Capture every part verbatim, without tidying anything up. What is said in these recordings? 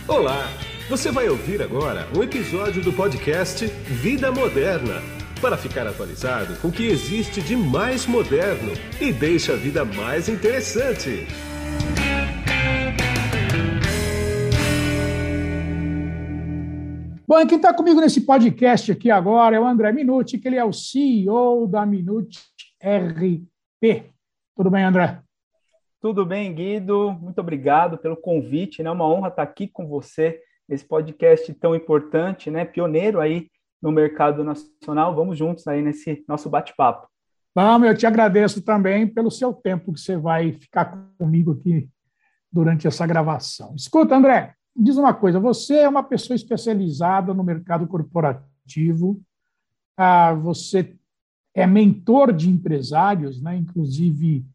Olá! Você vai ouvir agora um episódio do podcast Vida Moderna, para ficar atualizado com o que existe de mais moderno e deixa a vida mais interessante. Bom, e quem está comigo nesse podcast aqui agora é o André Minuti, que ele é o C E O da Minuti R P. Tudo bem, André? Tudo bem, Guido. Muito obrigado pelo convite, né? É uma honra estar aqui com você nesse podcast tão importante, né? Pioneiro aí no mercado nacional. Vamos juntos aí nesse nosso bate-papo. Vamos, eu te agradeço também pelo seu tempo que você vai ficar comigo aqui durante essa gravação. Escuta, André, diz uma coisa, você é uma pessoa especializada no mercado corporativo, ah, você é mentor de empresários, né, inclusive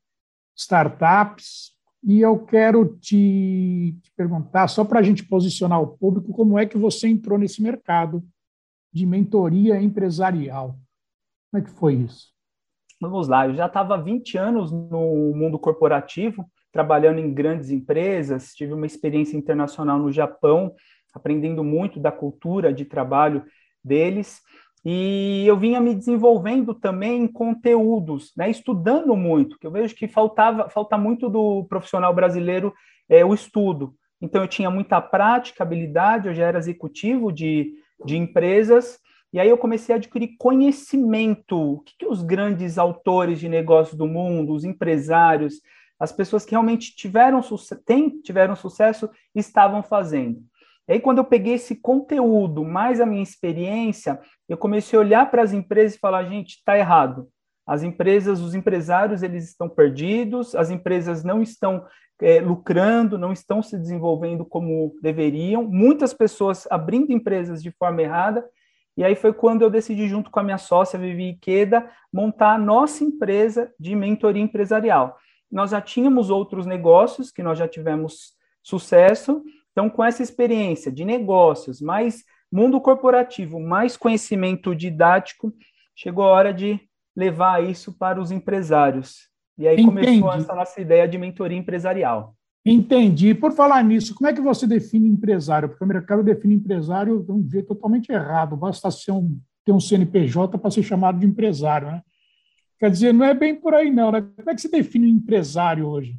startups, e eu quero te, te perguntar, só para a gente posicionar o público, como é que você entrou nesse mercado de mentoria empresarial? Como é que foi isso? Vamos lá, eu já estava há vinte anos no mundo corporativo, trabalhando em grandes empresas, tive uma experiência internacional no Japão, aprendendo muito da cultura de trabalho deles, e eu vinha me desenvolvendo também em conteúdos, né, estudando muito, que eu vejo que faltava, falta muito do profissional brasileiro é, o estudo. Então, eu tinha muita prática, habilidade, eu já era executivo de, de empresas, e aí eu comecei a adquirir conhecimento. O que, que os grandes autores de negócios do mundo, os empresários, as pessoas que realmente tiveram, têm, tiveram sucesso, estavam fazendo. E aí, quando eu peguei esse conteúdo, mais a minha experiência, eu comecei a olhar para as empresas e falar, gente, está errado. As empresas, os empresários, eles estão perdidos, as empresas não estão é, lucrando, não estão se desenvolvendo como deveriam, muitas pessoas abrindo empresas de forma errada. E aí foi quando eu decidi, junto com a minha sócia, Vivi Ikeda, montar a nossa empresa de mentoria empresarial. Nós já tínhamos outros negócios que nós já tivemos sucesso, então com essa experiência de negócios, mais mundo corporativo, mais conhecimento didático, chegou a hora de levar isso para os empresários. E aí Entendi. começou essa nossa ideia de mentoria empresarial. Entendi. Por falar nisso, como é que você define empresário? Porque o mercado define empresário de um jeito totalmente errado. Basta ser um, ter um C N P J para ser chamado de empresário, né? Quer dizer, não é bem por aí, não, né? Como é que se define um empresário hoje?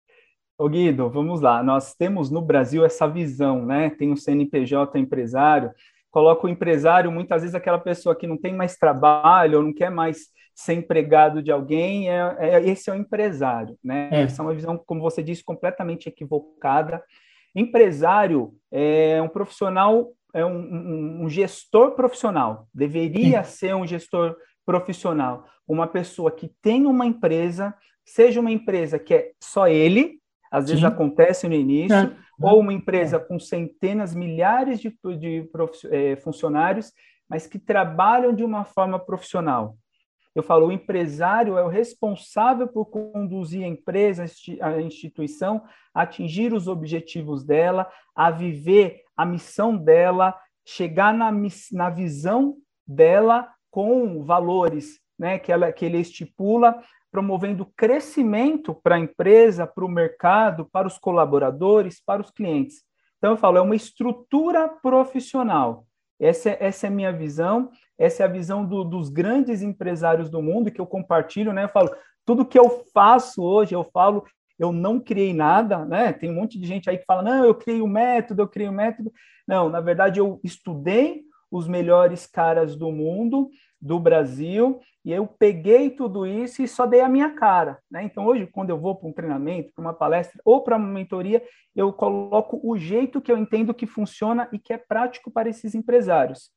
Ô Guido, vamos lá. Nós temos no Brasil essa visão, né? Tem o C N P J empresário, coloca o empresário, muitas vezes aquela pessoa que não tem mais trabalho ou não quer mais ser empregado de alguém, é, é, esse é o empresário, né? É. Essa é uma visão, como você disse, completamente equivocada. Empresário é um profissional, é um, um, um gestor profissional, deveria Sim. ser um gestor profissional, uma pessoa que tem uma empresa, seja uma empresa que é só ele, às Sim. vezes acontece no início, é. ou uma empresa com centenas, milhares de, de é, funcionários, mas que trabalham de uma forma profissional. Eu falo, o empresário é o responsável por conduzir a empresa, a instituição, a atingir os objetivos dela, a viver a missão dela, chegar na, na visão dela com valores, né, que, ela, que ele estipula, promovendo crescimento para a empresa, para o mercado, para os colaboradores, para os clientes. Então, eu falo, é uma estrutura profissional. Essa, essa é a minha visão, essa é a visão do, dos grandes empresários do mundo que eu compartilho, né? Eu falo, tudo que eu faço hoje, eu falo, eu não criei nada, né? Tem um monte de gente aí que fala, não, eu criei um método, eu criei um método. Não, na verdade, eu estudei os melhores caras do mundo, do Brasil, e eu peguei tudo isso e só dei a minha cara, né? Então, hoje, quando eu vou para um treinamento, para uma palestra ou para uma mentoria, eu coloco o jeito que eu entendo que funciona e que é prático para esses empresários.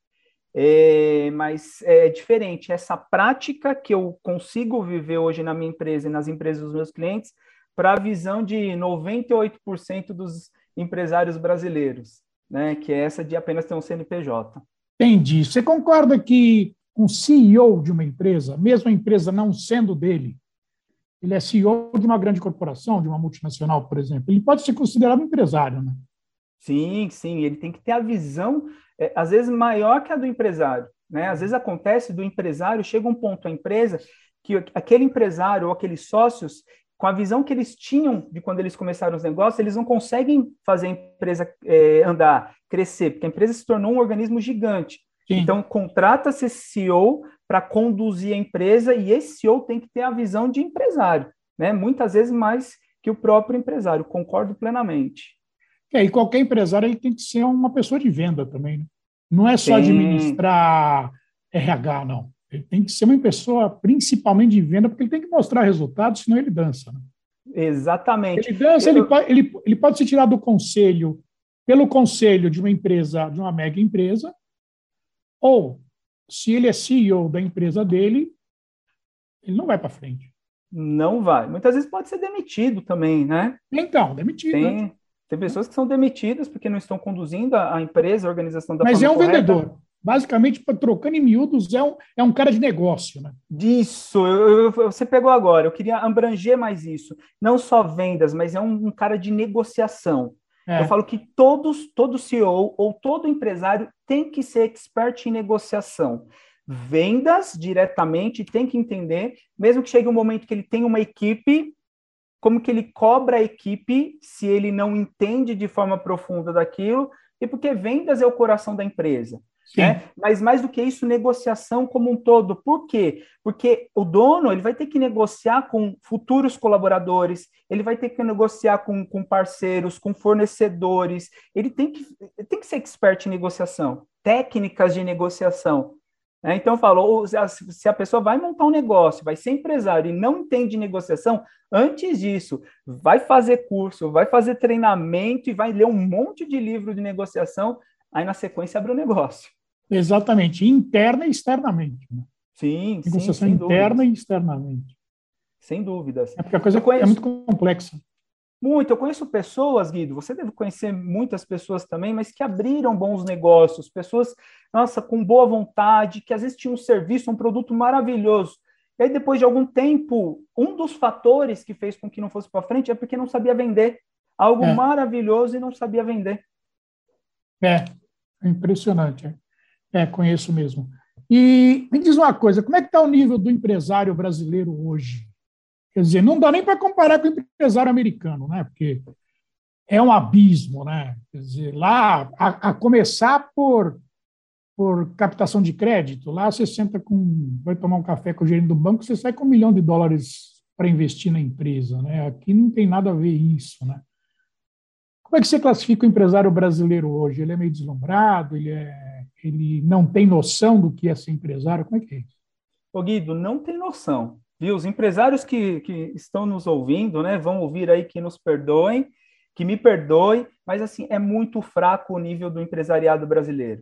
É, mas é diferente, essa prática que eu consigo viver hoje na minha empresa e nas empresas dos meus clientes, para a visão de noventa e oito por cento dos empresários brasileiros, né? Que é essa de apenas ter um C N P J. Entendi. Você concorda que um C E O de uma empresa, mesmo a empresa não sendo dele, ele é C E O de uma grande corporação, de uma multinacional, por exemplo, ele pode ser considerado empresário, né? Sim, sim, ele tem que ter a visão, é, às vezes, maior que a do empresário, né? Às vezes acontece do empresário, chega um ponto a empresa que aquele empresário ou aqueles sócios com a visão que eles tinham de quando eles começaram os negócios, eles não conseguem fazer a empresa é, andar, crescer, porque a empresa se tornou um organismo gigante. Sim. Então, contrata-se esse C E O para conduzir a empresa e esse C E O tem que ter a visão de empresário, né? Muitas vezes mais que o próprio empresário, concordo plenamente. É, e qualquer empresário ele tem que ser uma pessoa de venda também, né? Não é só Sim. administrar R H, não. Ele tem que ser uma pessoa principalmente de venda, porque ele tem que mostrar resultados, senão ele dança. Né? Exatamente. Ele dança, Eu... ele, pode, ele, ele pode se tirar do conselho, pelo conselho de uma empresa, de uma mega empresa, ou, se ele é C E O da empresa dele, ele não vai para frente. Não vai. Muitas vezes pode ser demitido também, né? Então, demitido. Tem, né? tem pessoas que são demitidas porque não estão conduzindo a, a empresa, a organização da Mas forma é um correta. vendedor. Basicamente, trocando em miúdos, é um, é um cara de negócio. Né? Disso, eu, eu, você pegou agora. Eu queria abranger mais isso. Não só vendas, mas é um, um cara de negociação. É. Eu falo que todos, todo C E O ou todo empresário tem que ser expert em negociação. Vendas diretamente, tem que entender, mesmo que chegue um momento que ele tem uma equipe, como que ele cobra a equipe se ele não entende de forma profunda daquilo, e porque vendas é o coração da empresa. Né? Mas mais do que isso, negociação como um todo. Por quê? Porque o dono ele vai ter que negociar com futuros colaboradores, ele vai ter que negociar com, com parceiros, com fornecedores, ele tem que, tem que ser expert em negociação, técnicas de negociação. Né? Então, eu falo, se a pessoa vai montar um negócio, vai ser empresário e não entende negociação, antes disso, vai fazer curso, vai fazer treinamento e vai ler um monte de livro de negociação, aí na sequência abre o negócio. Exatamente, interna e externamente. Né? Sim, negociação sim, interna dúvidas. e externamente. Sem dúvidas. É porque a coisa conheço, é muito complexa. Muito. Eu conheço pessoas, Guido, você deve conhecer muitas pessoas também, mas que abriram bons negócios, pessoas, nossa, com boa vontade, que às vezes tinham um serviço, um produto maravilhoso. E aí, depois de algum tempo, um dos fatores que fez com que não fosse para frente é porque não sabia vender. Algo é. maravilhoso e não sabia vender. É, impressionante. É. É, conheço mesmo. E me diz uma coisa, como é que está o nível do empresário brasileiro hoje? Quer dizer, não dá nem para comparar com o empresário americano, né? Porque é um abismo, né? Quer dizer, lá, a, a começar por, por captação de crédito, lá você senta com, vai tomar um café com o gerente do banco, você sai com um milhão de dólares para investir na empresa, né? Aqui não tem nada a ver isso, né? Como é que você classifica o empresário brasileiro hoje? Ele é meio deslumbrado? Ele, é, ele não tem noção do que é ser empresário? Como é que é isso? Ô Guido, não tem noção. Viu? Os empresários que, que estão nos ouvindo, né, vão ouvir aí que nos perdoem, que me perdoem, mas assim, é muito fraco o nível do empresariado brasileiro.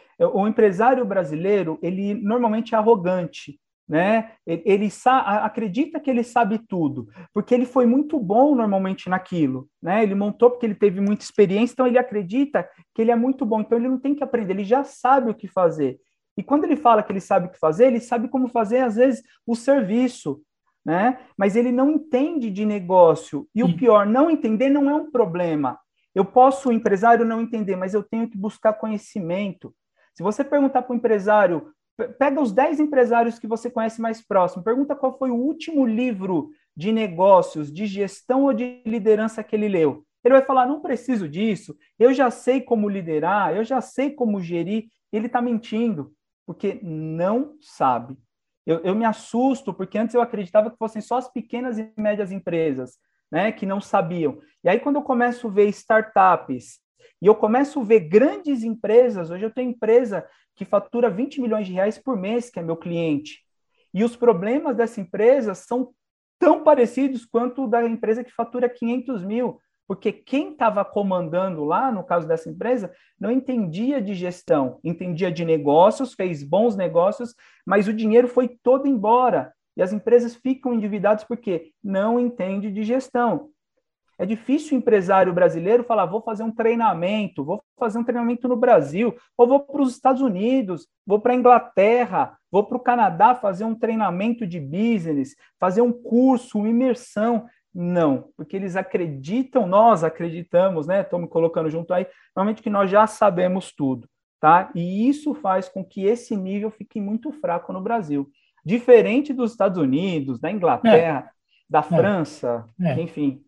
O empresário brasileiro, ele normalmente é arrogante, né? Ele, ele acredita que ele sabe tudo, porque ele foi muito bom normalmente naquilo, né? Ele montou porque ele teve muita experiência, então ele acredita que ele é muito bom, então ele não tem que aprender, ele já sabe o que fazer. E quando ele fala que ele sabe o que fazer, ele sabe como fazer, às vezes, o serviço, né? Mas ele não entende de negócio. E o pior, não entender não é um problema. Eu posso, o empresário, não entender, mas eu tenho que buscar conhecimento. Se você perguntar para o empresário, pega os dez empresários que você conhece mais próximo, pergunta qual foi o último livro de negócios, de gestão ou de liderança que ele leu. Ele vai falar, não preciso disso, eu já sei como liderar, eu já sei como gerir. Ele está mentindo, porque não sabe. Eu, eu me assusto, porque antes eu acreditava que fossem só as pequenas e médias empresas, né, que não sabiam. E aí, quando eu começo a ver startups, e eu começo a ver grandes empresas, hoje eu tenho empresa que fatura vinte milhões de reais por mês, que é meu cliente. E os problemas dessa empresa são tão parecidos quanto o da empresa que fatura quinhentos mil, porque quem estava comandando lá, no caso dessa empresa, não entendia de gestão, entendia de negócios, fez bons negócios, mas o dinheiro foi todo embora. E as empresas ficam endividadas porque não entende de gestão. É difícil o empresário brasileiro falar, vou fazer um treinamento, vou fazer um treinamento no Brasil, ou vou para os Estados Unidos, vou para a Inglaterra, vou para o Canadá fazer um treinamento de business, fazer um curso, uma imersão. Não, porque eles acreditam, nós acreditamos, né? Estou me colocando junto aí, normalmente que nós já sabemos tudo, tá? E isso faz com que esse nível fique muito fraco no Brasil. Diferente dos Estados Unidos, da Inglaterra, da França, é. enfim.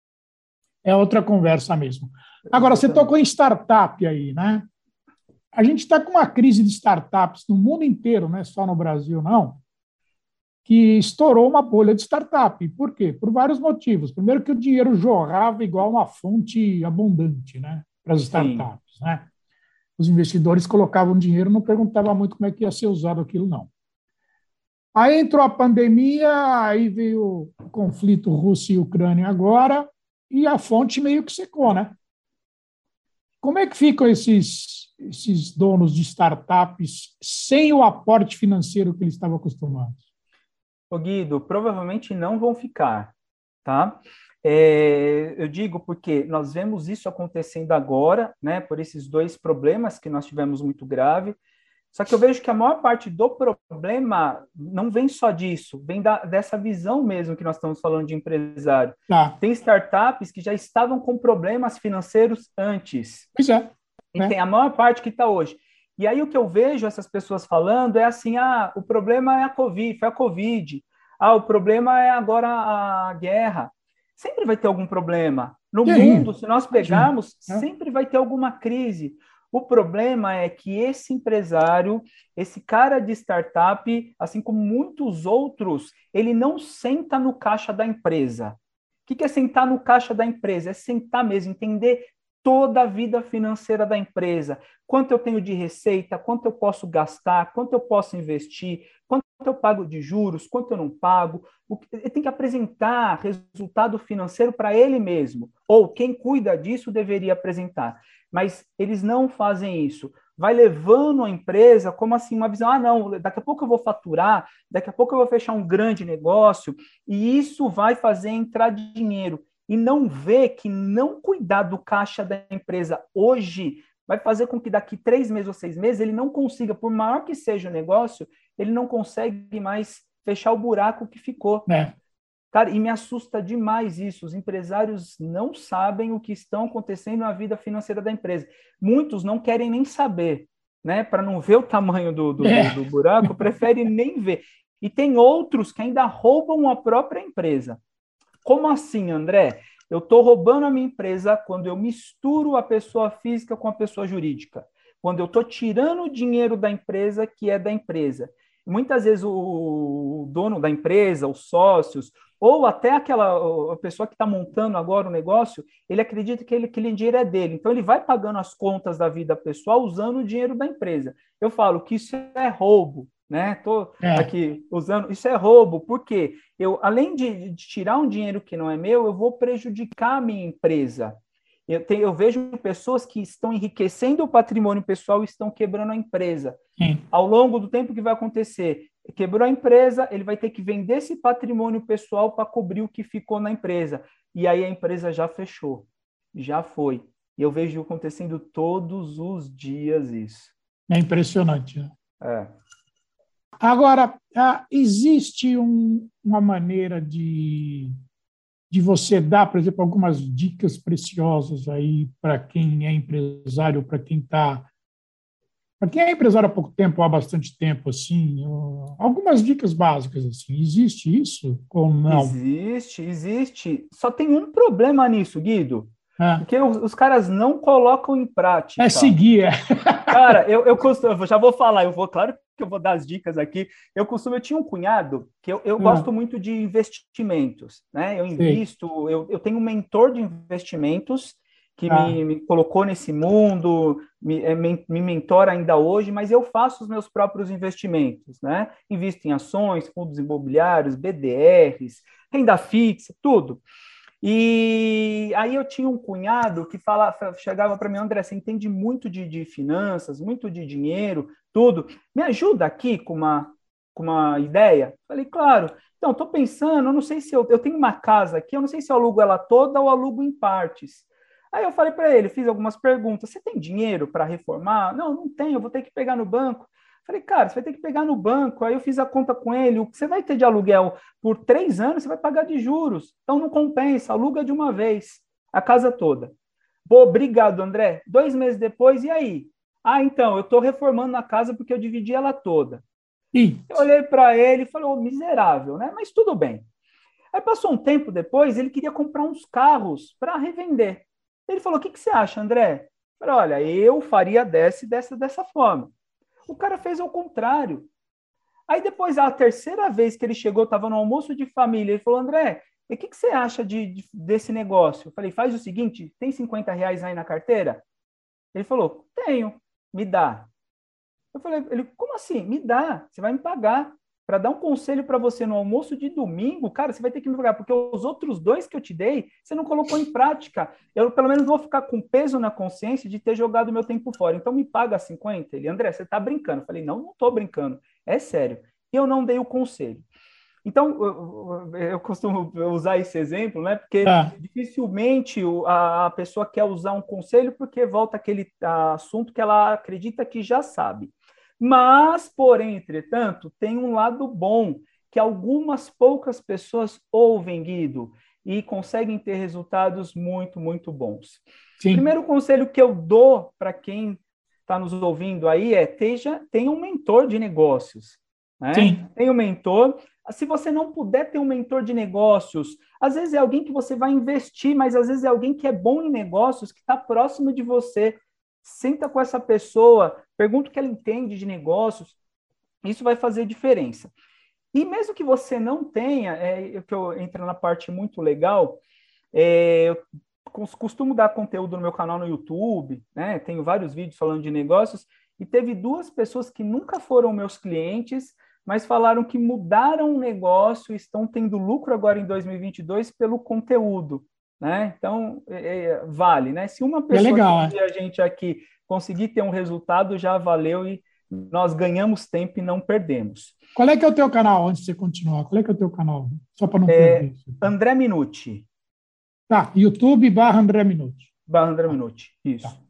É outra conversa mesmo. Agora, você tocou em startup aí, né? A gente está com uma crise de startups no mundo inteiro, não é só no Brasil, não, que estourou uma bolha de startup. Por quê? Por vários motivos. Primeiro que o dinheiro jorrava igual uma fonte abundante, né, para as startups, né? Os investidores colocavam dinheiro, não perguntavam muito como é que ia ser usado aquilo, não. Aí entrou a pandemia, aí veio o conflito Rússia e Ucrânia agora, e a fonte meio que secou, né? Como é que ficam esses, esses donos de startups sem o aporte financeiro que eles estavam acostumados? Ô Guido, provavelmente não vão ficar, tá? É, eu digo porque nós vemos isso acontecendo agora, né, por esses dois problemas que nós tivemos muito grave, só que eu vejo que a maior parte do problema não vem só disso, vem da, dessa visão mesmo que nós estamos falando de empresário. Tá. Tem startups que já estavam com problemas financeiros antes. Pois é. E né? tem a maior parte que está hoje. E aí o que eu vejo essas pessoas falando é assim, ah, o problema é a Covid, foi a Covid. Ah, o problema é agora a guerra. Sempre vai ter algum problema. No E aí? mundo, se nós pegarmos, Imagina, né? sempre vai ter alguma crise. O problema é que esse empresário, esse cara de startup, assim como muitos outros, ele não senta no caixa da empresa. O que é sentar no caixa da empresa? É sentar mesmo, entender toda a vida financeira da empresa. Quanto eu tenho de receita, quanto eu posso gastar, quanto eu posso investir, quanto eu pago de juros, quanto eu não pago. Ele tem que apresentar resultado financeiro para ele mesmo, ou quem cuida disso deveria apresentar. Mas eles não fazem isso. Vai levando a empresa como assim, uma visão, ah, não, daqui a pouco eu vou faturar, daqui a pouco eu vou fechar um grande negócio, e isso vai fazer entrar dinheiro. E não vê que não cuidar do caixa da empresa hoje vai fazer com que daqui três meses ou seis meses ele não consiga, por maior que seja o negócio, ele não consegue mais fechar o buraco que ficou. É. Cara, e me assusta demais isso. Os empresários não sabem o que estão acontecendo na vida financeira da empresa. Muitos não querem nem saber, né? Para não ver o tamanho do, do, É. do, do buraco, preferem nem ver. E tem outros que ainda roubam a própria empresa. Como assim, André? Eu estou roubando a minha empresa quando eu misturo a pessoa física com a pessoa jurídica. Quando eu estou tirando o dinheiro da empresa que é da empresa. Muitas vezes o dono da empresa, os sócios, ou até aquela a pessoa que está montando agora o negócio, ele acredita que ele, aquele dinheiro é dele. Então, ele vai pagando as contas da vida pessoal usando o dinheiro da empresa. Eu falo que isso é roubo, né? Estou É. aqui usando... Isso é roubo, porque eu, além de, de tirar um dinheiro que não é meu, eu vou prejudicar a minha empresa. Eu, tenho, eu vejo pessoas que estão enriquecendo o patrimônio pessoal e estão quebrando a empresa. Sim. Ao longo do tempo que vai acontecer, quebrou a empresa, ele vai ter que vender esse patrimônio pessoal para cobrir o que ficou na empresa. E aí a empresa já fechou, já foi. E eu vejo acontecendo todos os dias isso. É impressionante, né? É. Agora, existe um, uma maneira de, de você dar, por exemplo, algumas dicas preciosas aí para quem é empresário, para quem está... Para quem é empresário há pouco tempo, há bastante tempo, assim, algumas dicas básicas, assim, existe isso ou não? Existe, existe. Só tem um problema nisso, Guido, É. porque os, os caras não colocam em prática. É seguir, é. Cara, eu, eu costumo, eu já vou falar, eu vou, claro que eu vou dar as dicas aqui. Eu costumo, eu tinha um cunhado que eu, eu É. gosto muito de investimentos, né? Eu invisto, eu, eu tenho um mentor de investimentos que Ah. me, me colocou nesse mundo, me, me, me mentora ainda hoje, mas eu faço os meus próprios investimentos, né? Invisto em ações, fundos imobiliários, B D Rs, renda fixa, tudo. E aí eu tinha um cunhado que fala, chegava para mim, André, você entende muito de, de finanças, muito de dinheiro, tudo. Me ajuda aqui com uma, com uma ideia? Falei, claro. Então, estou pensando, eu não sei se eu, eu tenho uma casa aqui, eu não sei se eu alugo ela toda ou alugo em partes. Aí eu falei para ele, fiz algumas perguntas. Você tem dinheiro para reformar? Não, não tenho, eu vou ter que pegar no banco. Falei, cara, você vai ter que pegar no banco. Aí eu fiz a conta com ele. O que você vai ter de aluguel por três anos, você vai pagar de juros. Então não compensa, aluga de uma vez a casa toda. Pô, obrigado, André. Dois meses depois, e aí? Ah, então, eu estou reformando a casa porque eu dividi ela toda. Sim. Eu olhei para ele e falei, oh, miserável, né? Mas tudo bem. Aí passou um tempo depois, ele queria comprar uns carros para revender. Ele falou, o que, que você acha, André? Eu falei, olha, eu faria dessa e dessa, dessa forma. O cara fez ao contrário. Aí depois, a terceira vez que ele chegou, estava no almoço de família, ele falou, André, o que, que você acha de, de, desse negócio? Eu falei, faz o seguinte, tem cinquenta reais aí na carteira? Ele falou, tenho, me dá. Eu falei, ele, como assim? Me dá, você vai me pagar. Para dar um conselho para você no almoço de domingo, cara, você vai ter que me pagar, porque os outros dois que eu te dei, você não colocou em prática. Eu, pelo menos, vou ficar com peso na consciência de ter jogado meu tempo fora. Então, me paga cinquenta. Ele, André, você está brincando. Eu falei, não, não estou brincando. É sério. E eu não dei o conselho. Então, eu, eu costumo usar esse exemplo, né? Porque ah. dificilmente a, a pessoa quer usar um conselho porque volta aquele assunto que ela acredita que já sabe. Mas, porém, entretanto, tem um lado bom, que algumas poucas pessoas ouvem, Guido, e conseguem ter resultados muito, muito bons. Sim. O primeiro conselho que eu dou para quem está nos ouvindo aí é teja, tenha um mentor de negócios. Né? Sim. Tenha um mentor. Se você não puder ter um mentor de negócios, às vezes é alguém que você vai investir, mas às vezes é alguém que é bom em negócios, que está próximo de você. Senta com essa pessoa, pergunta o que ela entende de negócios, isso vai fazer diferença. E mesmo que você não tenha, é, que eu entro na parte muito legal, é, eu costumo dar conteúdo no meu canal no YouTube, né? Tenho vários vídeos falando de negócios, e teve duas pessoas que nunca foram meus clientes, mas falaram que mudaram o negócio, estão tendo lucro agora em dois mil e vinte e dois pelo conteúdo. Né? Então, é, vale, né? Se uma pessoa é legal, que é. a gente aqui conseguir ter um resultado, já valeu e nós ganhamos tempo e não perdemos. Qual é que é o teu canal, antes de você continuar? Qual é que é o teu canal? Só para não é, perder isso. André Minuti. Tá, YouTube barra André Minuti. Barra André Minuti, isso. Tá.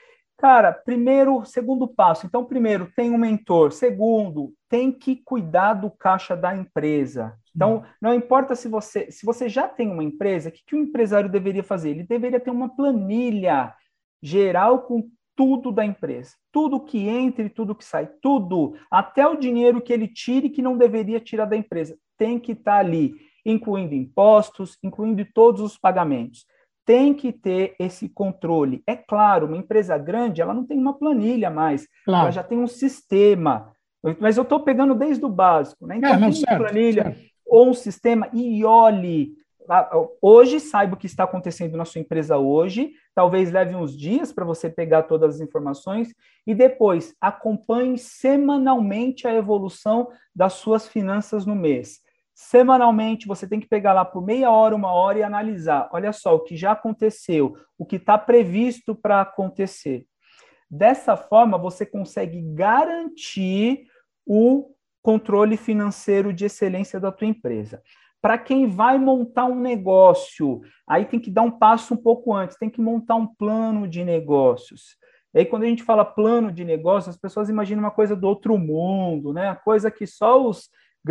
Cara, primeiro, segundo passo. Então, primeiro, tem um mentor. Segundo, tem que cuidar do caixa da empresa. Então, não importa se você, se você já tem uma empresa, o que, que o empresário deveria fazer? Ele deveria ter uma planilha geral com tudo da empresa. Tudo que entra e tudo que sai. Tudo. Até o dinheiro que ele tire que não deveria tirar da empresa. Tem que estar ali, incluindo impostos, incluindo todos os pagamentos. Tem que ter esse controle. É claro, uma empresa grande, ela não tem uma planilha mais. Claro. Ela já tem um sistema. Mas eu estou pegando desde o básico. Né? Então, é, não, tem certo, uma planilha certo. ou um sistema e olhe. Hoje, saiba o que está acontecendo na sua empresa hoje. Talvez leve uns dias para você pegar todas as informações. E depois, acompanhe semanalmente a evolução das suas finanças no mês. Semanalmente, você tem que pegar lá por meia hora, uma hora e analisar. Olha só, o que já aconteceu, o que está previsto para acontecer. Dessa forma, você consegue garantir o controle financeiro de excelência da tua empresa. Para quem vai montar um negócio, aí tem que dar um passo um pouco antes, tem que montar um plano de negócios. E aí, quando a gente fala plano de negócios, as pessoas imaginam uma coisa do outro mundo, né? A coisa que só os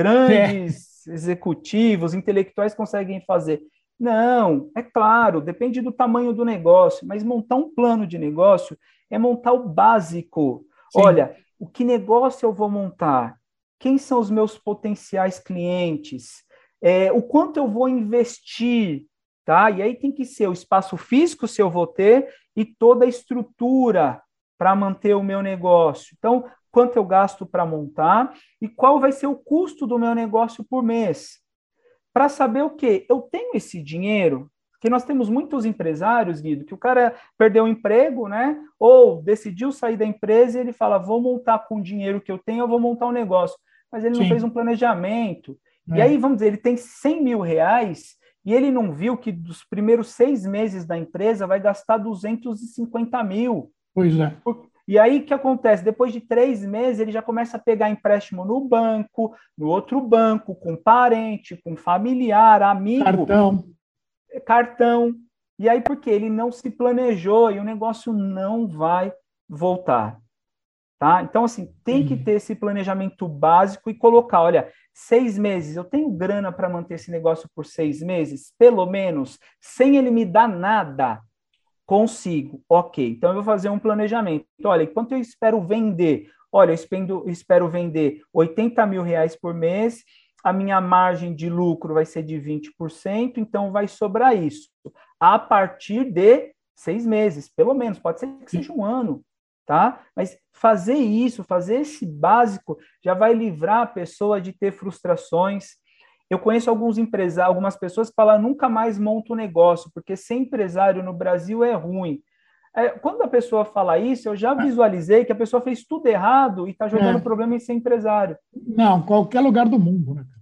grandes é. executivos, intelectuais conseguem fazer. Não, é claro, depende do tamanho do negócio, mas montar um plano de negócio é montar o básico. Sim. Olha, o que negócio eu vou montar? Quem são os meus potenciais clientes? É, o quanto eu vou investir? Tá? E aí tem que ser o espaço físico, se eu vou ter, e toda a estrutura para manter o meu negócio. Então, quanto eu gasto para montar e qual vai ser o custo do meu negócio por mês. Para saber o quê? Eu tenho esse dinheiro, porque nós temos muitos empresários, Guido, que o cara perdeu o emprego, né? Ou decidiu sair da empresa e ele fala, vou montar com o dinheiro que eu tenho, eu vou montar um negócio. Mas ele Sim. não fez um planejamento. É. E aí, vamos dizer, ele tem cem mil reais e ele não viu que dos primeiros seis meses da empresa vai gastar duzentos e cinquenta mil. Pois é. E aí, o que acontece? Depois de três meses, ele já começa a pegar empréstimo no banco, no outro banco, com parente, com familiar, amigo. Cartão. Cartão. E aí, por quê? Ele não se planejou e o negócio não vai voltar. Tá? Então, assim, tem que ter esse planejamento básico e colocar, olha, seis meses, eu tenho grana para manter esse negócio por seis meses? Pelo menos, sem ele me dar nada. Consigo, ok. Então, eu vou fazer um planejamento. Olha, quanto eu espero vender? Olha, eu espero, espero vender oitenta mil reais por mês. a minha margem de lucro vai ser de vinte por cento, então vai sobrar isso. A partir de seis meses, pelo menos, pode ser que seja um ano, tá? Mas fazer isso, fazer esse básico, já vai livrar a pessoa de ter frustrações. Eu conheço alguns empresários, algumas pessoas que falam, nunca mais monto um negócio, porque ser empresário no Brasil é ruim. É, quando a pessoa fala isso, eu já visualizei que a pessoa fez tudo errado e está jogando É. problema em ser empresário. Não, qualquer lugar do mundo, né?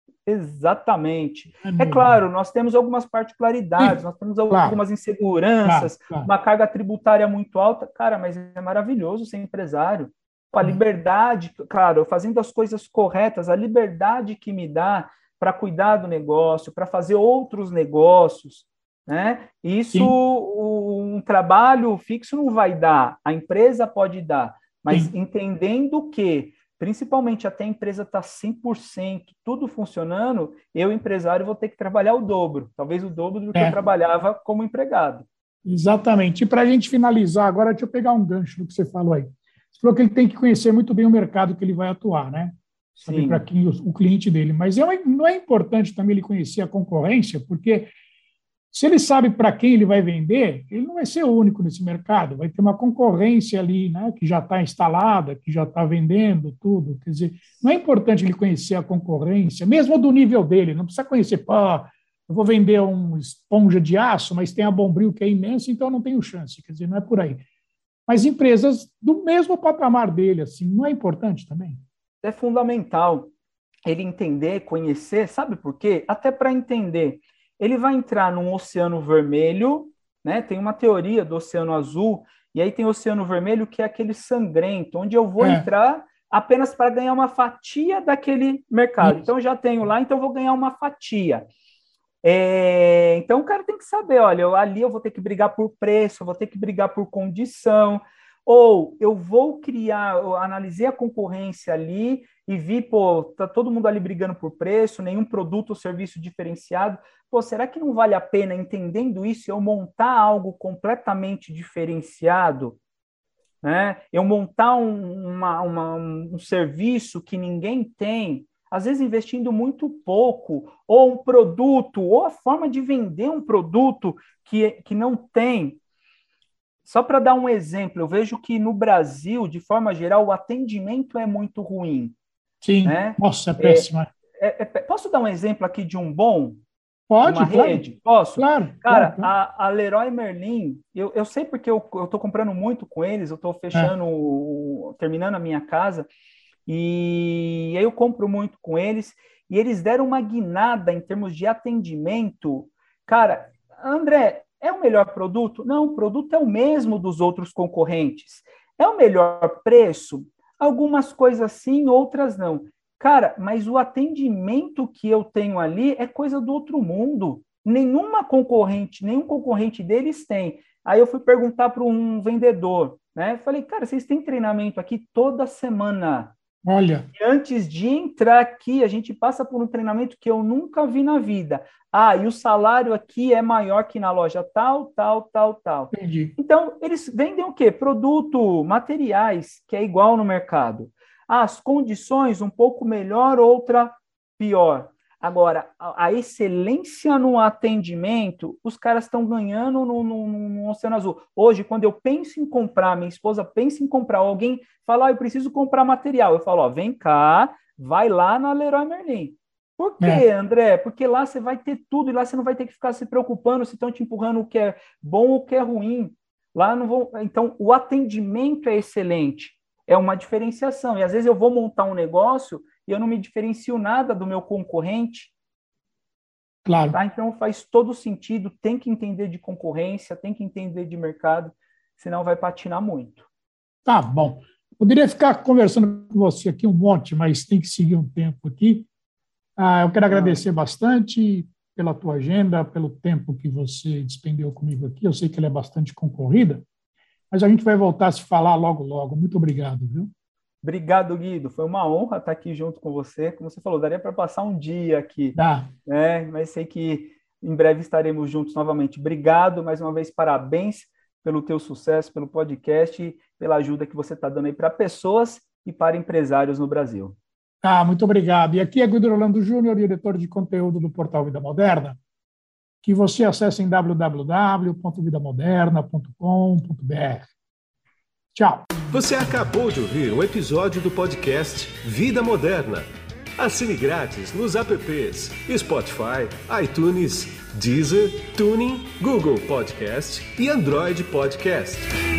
Exatamente. É É mesmo. claro, nós temos algumas particularidades, Sim, nós temos claro. algumas inseguranças, Claro, claro. uma carga tributária muito alta. Cara, mas é maravilhoso ser empresário. A É. liberdade, claro, fazendo as coisas corretas, a liberdade que me dá para cuidar do negócio, para fazer outros negócios, né? Isso, Sim. um trabalho fixo não vai dar, a empresa pode dar, mas Sim. entendendo que, principalmente até a empresa estar tá cem por cento, tudo funcionando, eu, empresário, vou ter que trabalhar o dobro, talvez o dobro do que É. eu trabalhava como empregado. Exatamente. E para a gente finalizar agora, deixa eu pegar um gancho no que você falou aí. Você falou que ele tem que conhecer muito bem o mercado que ele vai atuar, né? Saber para quem o, o cliente dele. Mas é, não é importante também ele conhecer a concorrência, porque se ele sabe para quem ele vai vender, ele não vai ser o único nesse mercado, vai ter uma concorrência ali, né, que já está instalada, que já está vendendo tudo. Quer dizer, não é importante ele conhecer a concorrência, mesmo do nível dele, não precisa conhecer, pô, eu vou vender uma esponja de aço, mas tem a Bombril que é imensa, então eu não tenho chance. Quer dizer, não é por aí. Mas empresas do mesmo patamar dele, assim, não é importante também? É fundamental ele entender, conhecer, sabe por quê? Até para entender. Ele vai entrar num oceano vermelho, né? Tem uma teoria do oceano azul, e aí tem o oceano vermelho, que é aquele sangrento, onde eu vou é. entrar apenas para ganhar uma fatia daquele mercado. Isso. Então, eu já tenho lá, então eu vou ganhar uma fatia. É, então, o cara tem que saber, olha, eu, ali eu vou ter que brigar por preço, eu vou ter que brigar por condição, ou eu vou criar, eu analisei a concorrência ali e vi, pô, tá todo mundo ali brigando por preço, nenhum produto ou serviço diferenciado. Pô, será que não vale a pena, entendendo isso, eu montar algo completamente diferenciado? Né? Eu montar um, uma, uma, um serviço que ninguém tem, às vezes investindo muito pouco, ou um produto, ou a forma de vender um produto que, que não tem. Só para dar um exemplo, eu vejo que no Brasil, de forma geral, o atendimento é muito ruim. Sim, né? Nossa, é péssimo. É, é, é, posso dar um exemplo aqui de um bom? Pode, uma claro. rede? Posso? Claro. Cara, claro, claro. A, a Leroy Merlin, eu, eu sei porque eu estou comprando muito com eles, eu estou fechando, é. terminando a minha casa, e aí eu compro muito com eles, e eles deram uma guinada em termos de atendimento. Cara, André, é o melhor produto? Não, o produto é o mesmo dos outros concorrentes. É o melhor preço? Algumas coisas sim, outras não. Cara, mas o atendimento que eu tenho ali é coisa do outro mundo. Nenhuma concorrente, nenhum concorrente deles tem. Aí eu fui perguntar para um vendedor, né? Falei, cara, vocês têm treinamento aqui toda semana. Olha. E antes de entrar aqui, a gente passa por um treinamento que eu nunca vi na vida. Ah, e o salário aqui é maior que na loja tal, tal, tal, tal. Entendi. Então, eles vendem o quê? Produto, materiais, que é igual no mercado. As condições, um pouco melhor, outra pior. Agora, a, a excelência no atendimento, os caras estão ganhando no, no, no Oceano Azul. Hoje, quando eu penso em comprar, minha esposa pensa em comprar, alguém fala, ah, eu preciso comprar material. Eu falo, ó, vem cá, vai lá na Leroy Merlin. Por quê, é. André? Porque lá você vai ter tudo e lá você não vai ter que ficar se preocupando se estão te empurrando o que é bom ou o que é ruim. Lá não vão... Então, o atendimento é excelente. É uma diferenciação. E às vezes eu vou montar um negócio e eu não me diferencio nada do meu concorrente. Claro. Tá? Então faz todo sentido, tem que entender de concorrência, tem que entender de mercado, senão vai patinar muito. Tá bom. Poderia ficar conversando com você aqui um monte, mas tem que seguir um tempo aqui. Ah, eu quero agradecer ah. bastante pela tua agenda, pelo tempo que você despendeu comigo aqui. Eu sei que ela é bastante concorrida, mas a gente vai voltar a se falar logo, logo. Muito obrigado, viu? Obrigado, Guido. Foi uma honra estar aqui junto com você. Como você falou, daria para passar um dia aqui. Dá. Né? Mas sei que em breve estaremos juntos novamente. Obrigado, mais uma vez, parabéns pelo teu sucesso, pelo podcast e pela ajuda que você está dando aí para pessoas e para empresários no Brasil. Ah, muito obrigado. E aqui é Guido Orlando Júnior, diretor de conteúdo do portal Vida Moderna, que você acessa em w w w ponto vida moderna ponto com ponto b r. Tchau. Você acabou de ouvir um episódio do podcast Vida Moderna. Assine grátis nos apps Spotify, iTunes, Deezer, Tuning, Google Podcast e Android Podcast.